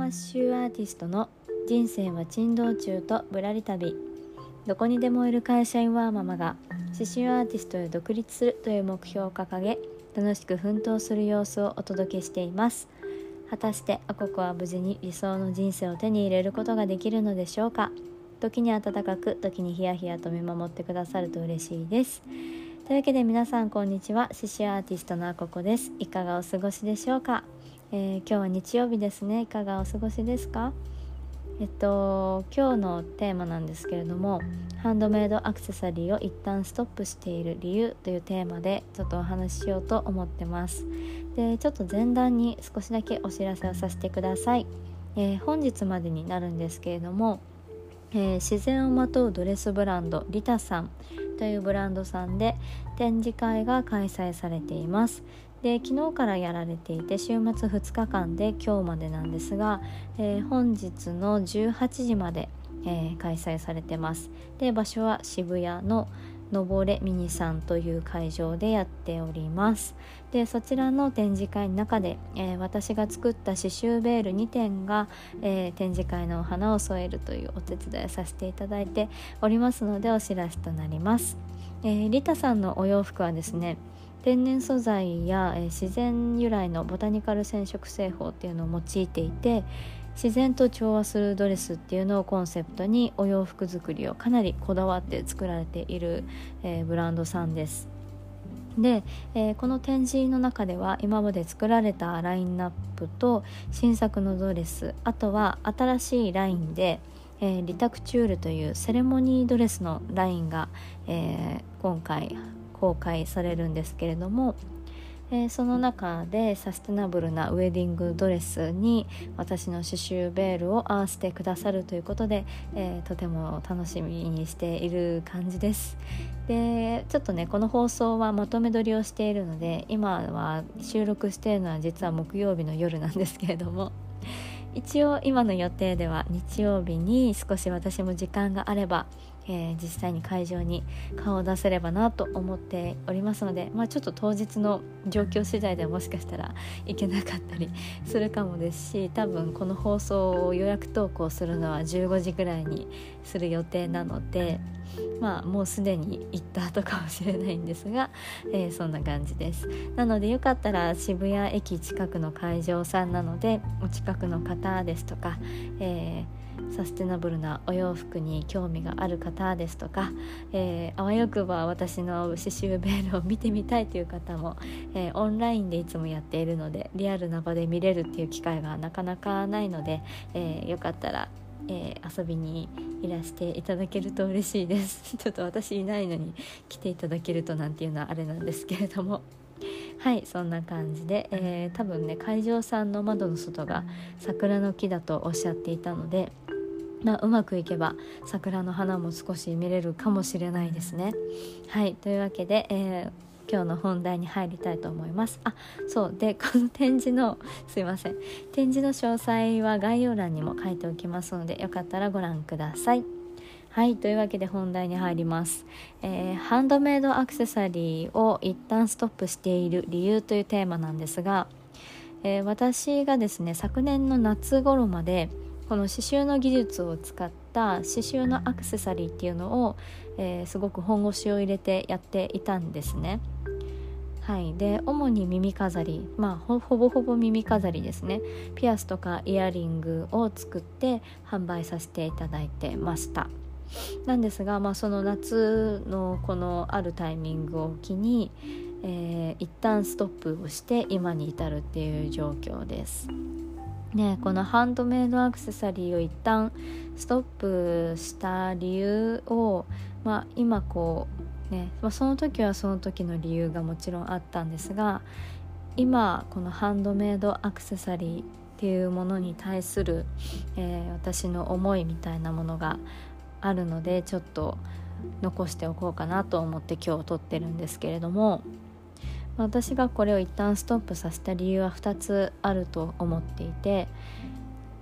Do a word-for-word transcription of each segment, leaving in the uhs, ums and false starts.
刺繍アーティストの人生は珍道中とぶらり旅。どこにでもいる会社員ワーママが刺繍アーティストへ独立するという目標を掲げ、楽しく奮闘する様子をお届けしています。果たしてあここは無事に理想の人生を手に入れることができるのでしょうか。時に温かく、時にヒヤヒヤと見守ってくださると嬉しいです。というわけで皆さんこんにちは。刺繍アーティストのあここです。いかがお過ごしでしょうか。えー、今日は日曜日ですね。いかがお過ごしですか。えっと今日のテーマなんですけれども、ハンドメイドアクセサリーを一旦ストップしている理由というテーマでちょっとお話ししようと思ってます。でちょっと前段に少しだけお知らせをさせてください。えー、本日までになるんですけれども、えー、自然をまとうドレスブランドリタさんというブランドさんで展示会が開催されています。で昨日からやられていて、週末ふつかかんで今日までなんですが、えー、本日のじゅうはちじまで、えー、開催されてます。で場所は渋谷ののぼれミニさんという会場でやっております。でそちらの展示会の中で、えー、私が作った刺繍ベールにてんが、えー、展示会のお花を添えるというお手伝いさせていただいておりますので、お知らせとなります。えー、リタさんのお洋服はですね、天然素材や、えー、自然由来のボタニカル染色製法っていうのを用いていて、自然と調和するドレスっていうのをコンセプトにお洋服作りをかなりこだわって作られている、えー、ブランドさんです。で、えー、この展示の中では今まで作られたラインナップと新作のドレス、あとは新しいラインで、えー、リタクチュールというセレモニードレスのラインが、えー、今回公開されるんですけれども、えー、その中でサステナブルなウェディングドレスに私の刺繍ベールを合わせてくださるということで、えー、とても楽しみにしている感じです。でちょっとね、この放送はまとめ撮りをしているので、今は収録しているのは実は木曜日の夜なんですけれども、一応今の予定では日曜日に少し私も時間があれば、えー、実際に会場に顔を出せればなと思っておりますので、まあ、ちょっと当日の状況次第ではもしかしたらいけなかったりするかもですし、多分この放送を予約投稿するのはじゅうごじぐらいにする予定なので、まあもうすでに行った後かもしれないんですが、えー、そんな感じです。なのでよかったら渋谷駅近くの会場さんなので、お近くの方ですとか、えーサステナブルなお洋服に興味がある方ですとか、えー、あわよくば私の刺繍ベールを見てみたいという方も、えー、オンラインでいつもやっているので、リアルな場で見れるっていう機会がなかなかないので、えー、よかったら、えー、遊びにいらしていただけると嬉しいです。ちょっと私いないのに来ていただけるとなんていうのはあれなんですけれども、はい、そんな感じで、えー、多分ね、会場さんの窓の外が桜の木だとおっしゃっていたので、まあ、うまくいけば桜の花も少し見れるかもしれないですね。はい、というわけで、えー、今日の本題に入りたいと思います。あ、そうで、この展示のすいません展示の詳細は概要欄にも書いておきますので、よかったらご覧ください。はい、というわけで本題に入ります。えー、ハンドメイドアクセサリーを一旦ストップしている理由というテーマなんですが、えー、私がですね、昨年の夏頃までこの刺繍の技術を使った刺繍のアクセサリーっていうのを、えー、すごく本腰を入れてやっていたんですね。はい、で主に耳飾り、まあほ、ほぼほぼ耳飾りですね。ピアスとかイヤリングを作って販売させていただいてました。なんですが、まあ、その夏のこのあるタイミングを機に、えー、一旦ストップをして今に至るっていう状況です。ね、このハンドメイドアクセサリーを一旦ストップした理由を、まあ、今こうね、まあ、その時はその時の理由がもちろんあったんですが、今このハンドメイドアクセサリーっていうものに対する、えー、私の思いみたいなものがあるので、ちょっと残しておこうかなと思って今日撮ってるんですけれども、私がこれを一旦ストップさせた理由はふたつあると思っていて、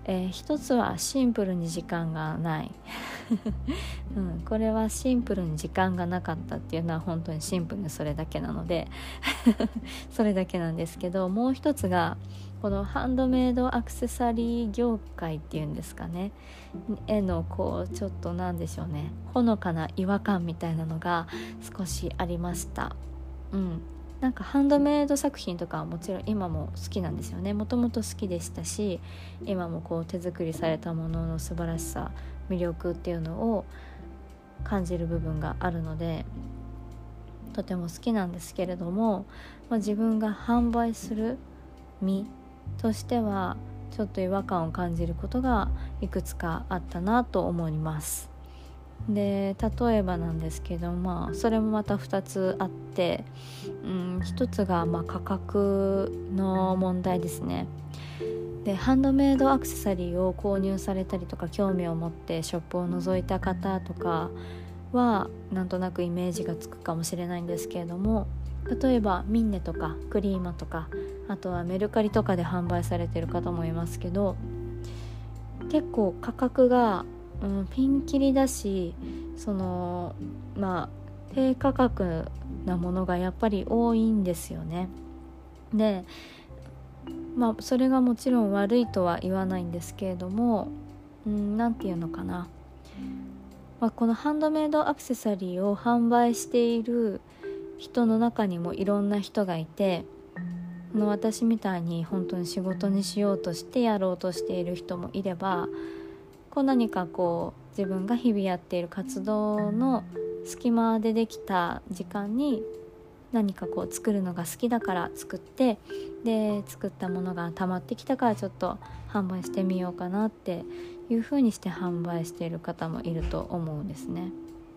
えー、一つはシンプルに時間がない、うん、これはシンプルに時間がなかったっていうのは本当にシンプルにそれだけなのでそれだけなんですけど、もう一つがこのハンドメイドアクセサリー業界っていうんですかね、へのこうちょっとなんでしょうね、ほのかな違和感みたいなのが少しありました。うん、なんかハンドメイド作品とかはもちろん今も好きなんですよね。もともと好きでしたし、今もこう手作りされたものの素晴らしさ、魅力っていうのを感じる部分があるのでとても好きなんですけれども、まあ、自分が販売する身としてはちょっと違和感を感じることがいくつかあったなと思います。で例えばなんですけど、まあそれもまたふたつあって、うん、ひとつがまあ価格の問題ですね。でハンドメイドアクセサリーを購入されたりとか興味を持ってショップを覗いた方とかはなんとなくイメージがつくかもしれないんですけれども、例えばミンネとかクリーマとか、あとはメルカリとかで販売されている方もいますけど、結構価格が、うん、ピンキリだし、そのまあ低価格なものがやっぱり多いんですよね。でまあそれがもちろん悪いとは言わないんですけれども、うん、なんていうのかな、まあ、このハンドメイドアクセサリーを販売している人の中にもいろんな人がいて、この私みたいに本当に仕事にしようとしてやろうとしている人もいれば、こう何かこう自分が日々やっている活動の隙間でできた時間に何かこう作るのが好きだから作って、で作ったものが溜まってきたからちょっと販売してみようかなっていう風にして販売している方もいると思うんですね。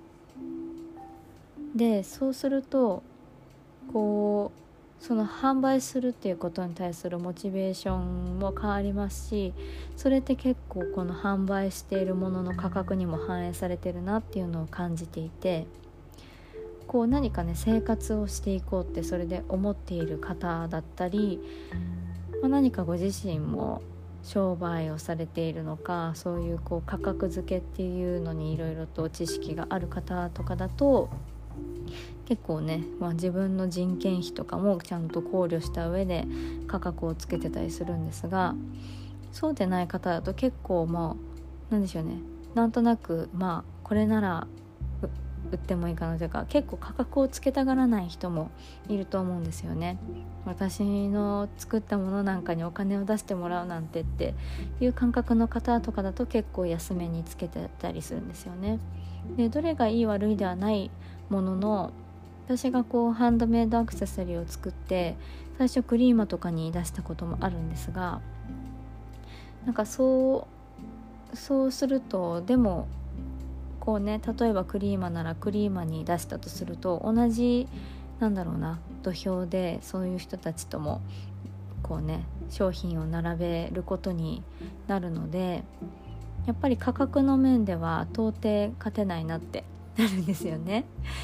でそうするとこうその販売するっていうことに対するモチベーションも変わりますし、それって結構この販売しているものの価格にも反映されてるなっていうのを感じていて、こう何かね生活をしていこうってそれで思っている方だったり、まあ、何かご自身も商売をされているのか、そういうこう価格付けっていうのにいろいろと知識がある方とかだと結構ね、まあ、自分の人件費とかもちゃんと考慮した上で価格をつけてたりするんですが、そうでない方だと結構まあなんでしょうね、なんとなくまあこれなら売ってもいいかなというか、結構価格をつけたがらない人もいると思うんですよね。私の作ったものなんかにお金を出してもらうなんてっていう感覚の方とかだと結構安めにつけてたりするんですよね。でどれがいい悪いではないものの、私がこうハンドメイドアクセサリーを作って最初クリーマとかに出したこともあるんですが、なんかそうそうするとでもこうね、例えばクリーマならクリーマに出したとすると同じなんだろうな土俵でそういう人たちともこうね商品を並べることになるので、やっぱり価格の面では到底勝てないなってなるんですよね。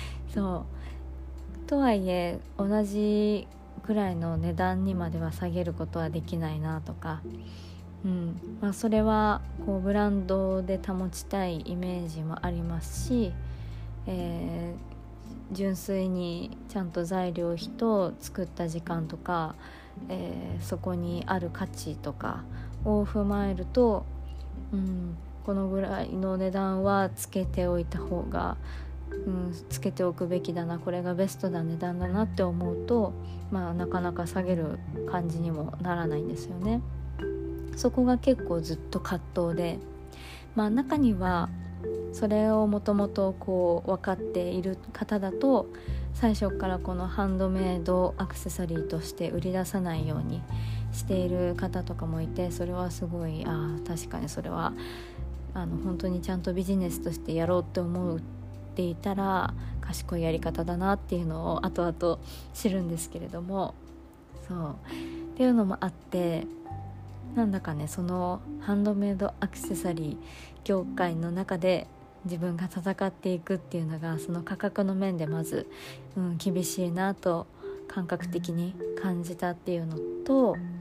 そうとはいえ同じくらいの値段にまでは下げることはできないなとか、うんまあ、それはこうブランドで保ちたいイメージもありますし、えー、純粋にちゃんと材料費と作った時間とか、えー、そこにある価値とかを踏まえると、うん、このぐらいの値段はつけておいた方が、うん、つけておくべきだな、これがベストな値段だなって思うと、まあ、なかなか下げる感じにもならないんですよね。そこが結構ずっと葛藤で、まあ、中にはそれをもともとこう分かっている方だと最初からこのハンドメイドアクセサリーとして売り出さないようにしている方とかもいて、それはすごいあ確かにそれはあの本当にちゃんとビジネスとしてやろうって思っていたら賢いやり方だなっていうのを後々知るんですけれども、そうっていうのもあって、なんだかねそのハンドメイドアクセサリー業界の中で自分が戦っていくっていうのがその価格の面でまず、うん、厳しいなと感覚的に感じたっていうのと、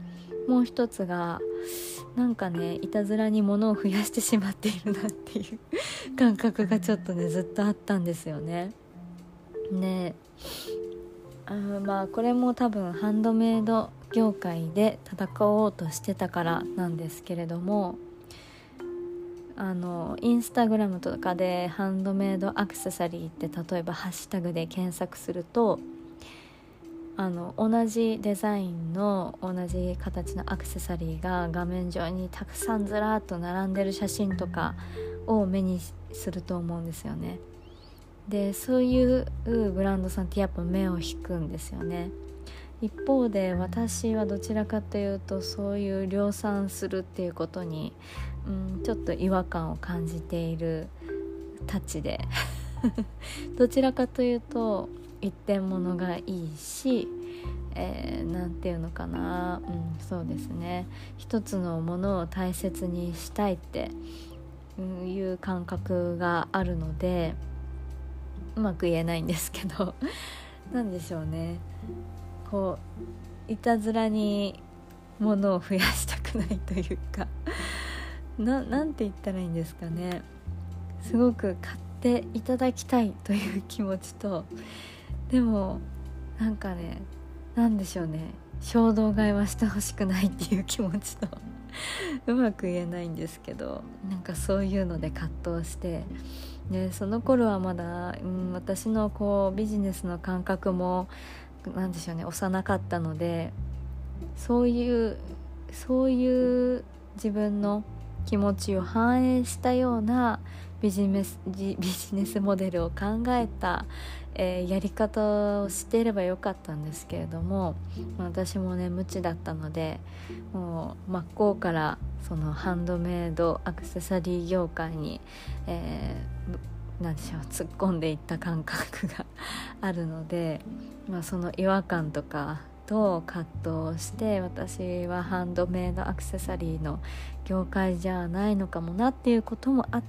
もう一つがなんかねいたずらに物を増やしてしまっているなっていう感覚がちょっとねずっとあったんですよね。ねあまあこれも多分ハンドメイド業界で戦おうとしてたからなんですけれども、あのインスタグラムとかでハンドメイドアクセサリーって例えばハッシュタグで検索すると、あの同じデザインの同じ形のアクセサリーが画面上にたくさんずらーっと並んでる写真とかを目にすると思うんですよね。でそういうブランドさんってやっぱ目を引くんですよね。一方で私はどちらかというとそういう量産するっていうことに、うん、ちょっと違和感を感じているたちでどちらかというと一点物がいいし、えー、なんていうのかな、うん、そうですね、一つのものを大切にしたいっていう感覚があるのでうまく言えないんですけどなんでしょうね、こういたずらに物を増やしたくないというかな, なんて言ったらいいんですかね、すごく買っていただきたいという気持ちと、でもなんかね、なんでしょうね、衝動買いはしてほしくないっていう気持ちとうまく言えないんですけど、なんかそういうので葛藤して、ね、その頃はまだ、うん、私のこうビジネスの感覚もなんでしょうね、幼かったので、そういうそういう自分の気持ちを反映したようなビジネス、ビジネスモデルを考えた、えー、やり方をしていればよかったんですけれども、私もね無知だったので、もう真っ向からそのハンドメイドアクセサリー業界に、えー、なんでしょう突っ込んでいった感覚があるので、まあ、その違和感とかと葛藤して、私はハンドメイドアクセサリーの業界じゃないのかもなっていうこともあって、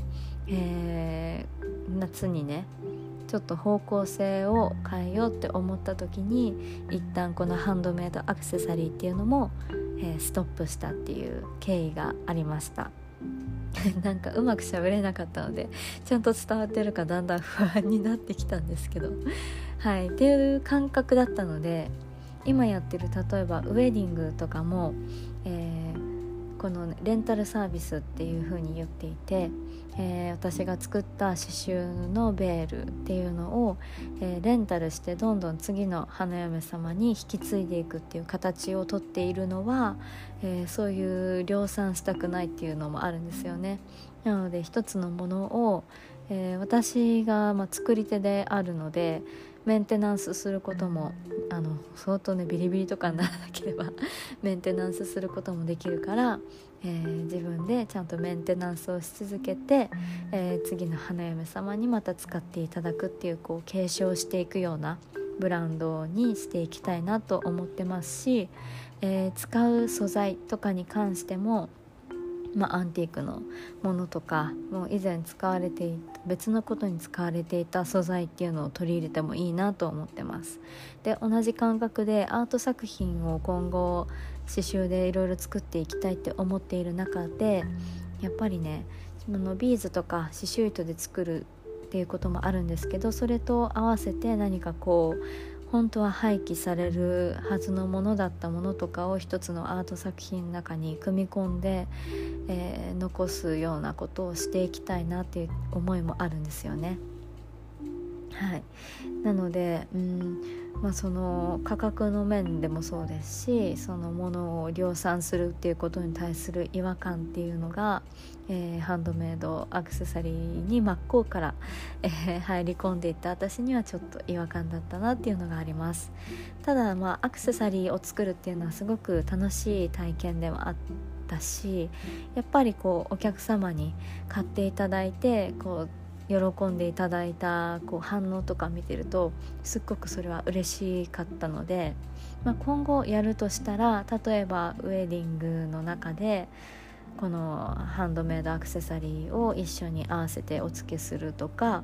えー、夏にねちょっと方向性を変えようって思った時に一旦このハンドメイドアクセサリーっていうのも、えー、ストップしたっていう経緯がありましたなんかうまく喋れなかったのでちゃんと伝わってるかだんだん不安になってきたんですけど、はいっていう感覚だったので、今やってる例えばウェディングとかも、えー、このレンタルサービスっていう風に言っていて、えー、私が作った刺繍のベールっていうのを、えー、レンタルしてどんどん次の花嫁様に引き継いでいくっていう形をとっているのは、えー、そういう量産したくないっていうのもあるんですよね。なので一つのものを、えー、私が、まあ、作り手であるのでメンテナンスすることもあの相当ねビリビリとかにならなければメンテナンスすることもできるから、えー、自分でちゃんとメンテナンスをし続けて、えー、次の花嫁様にまた使っていただくっていう、こう継承していくようなブランドにしていきたいなと思ってますし、えー、使う素材とかに関してもまあ、アンティークのものとかもう以前使われていた別のことに使われていた素材っていうのを取り入れてもいいなと思ってます。で同じ感覚でアート作品を今後刺繍でいろいろ作っていきたいって思っている中で、やっぱりねあのビーズとか刺繍糸で作るっていうこともあるんですけど、それと合わせて何かこう本当は廃棄されるはずのものだったものとかを一つのアート作品の中に組み込んで、えー、残すようなことをしていきたいなっていう思いもあるんですよね。はい、なので、うんまあ、その価格の面でもそうですし、そのものを量産するっていうことに対する違和感っていうのが、えー、ハンドメイドアクセサリーに真っ向から、えー、入り込んでいった私にはちょっと違和感だったなっていうのがあります。ただ、まあ、アクセサリーを作るっていうのはすごく楽しい体験ではあったし、やっぱりこうお客様に買っていただいてこう喜んでいただいたこう反応とか見てるとすっごくそれは嬉しかったので、まあ、今後やるとしたら、例えばウェディングの中でこのハンドメイドアクセサリーを一緒に合わせてお付けするとか、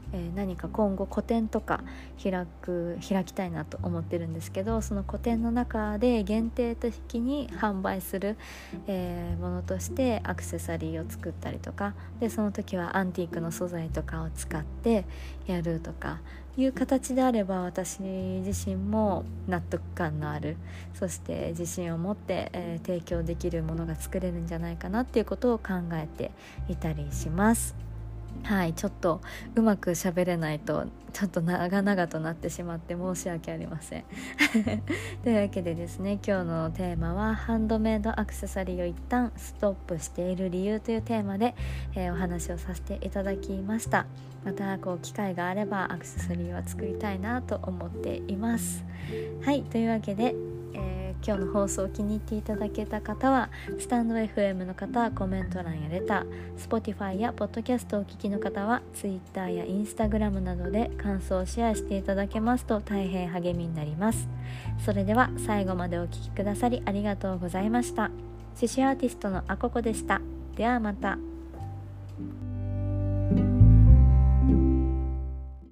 えー、何か今後個展とか開く開きたいなと思ってるんですけど、その個展の中で限定的に販売する、えー、ものとしてアクセサリーを作ったりとかで、その時はアンティークの素材とかを使ってやるとかいう形であれば、私自身も納得感のある、そして自信を持って、えー、提供できるものが作れるんじゃないかなっていうことを考えていたりします。はい、ちょっとうまく喋れないとちょっと長々となってしまって申し訳ありませんというわけでですね、今日のテーマはハンドメイドアクセサリーを一旦ストップしている理由というテーマで、えー、お話をさせていただきました。またこう機会があればアクセサリーは作りたいなと思っています。はい、というわけで、えー今日の放送を気に入っていただけた方はスタンド エフエム の方はコメント欄やレター、 Spotify やポッドキャストをお聞きの方は Twitter や Instagram などで感想をシェアしていただけますと大変励みになります。それでは最後までお聞きくださりありがとうございました。刺繍アーティストのあここでした。ではまた。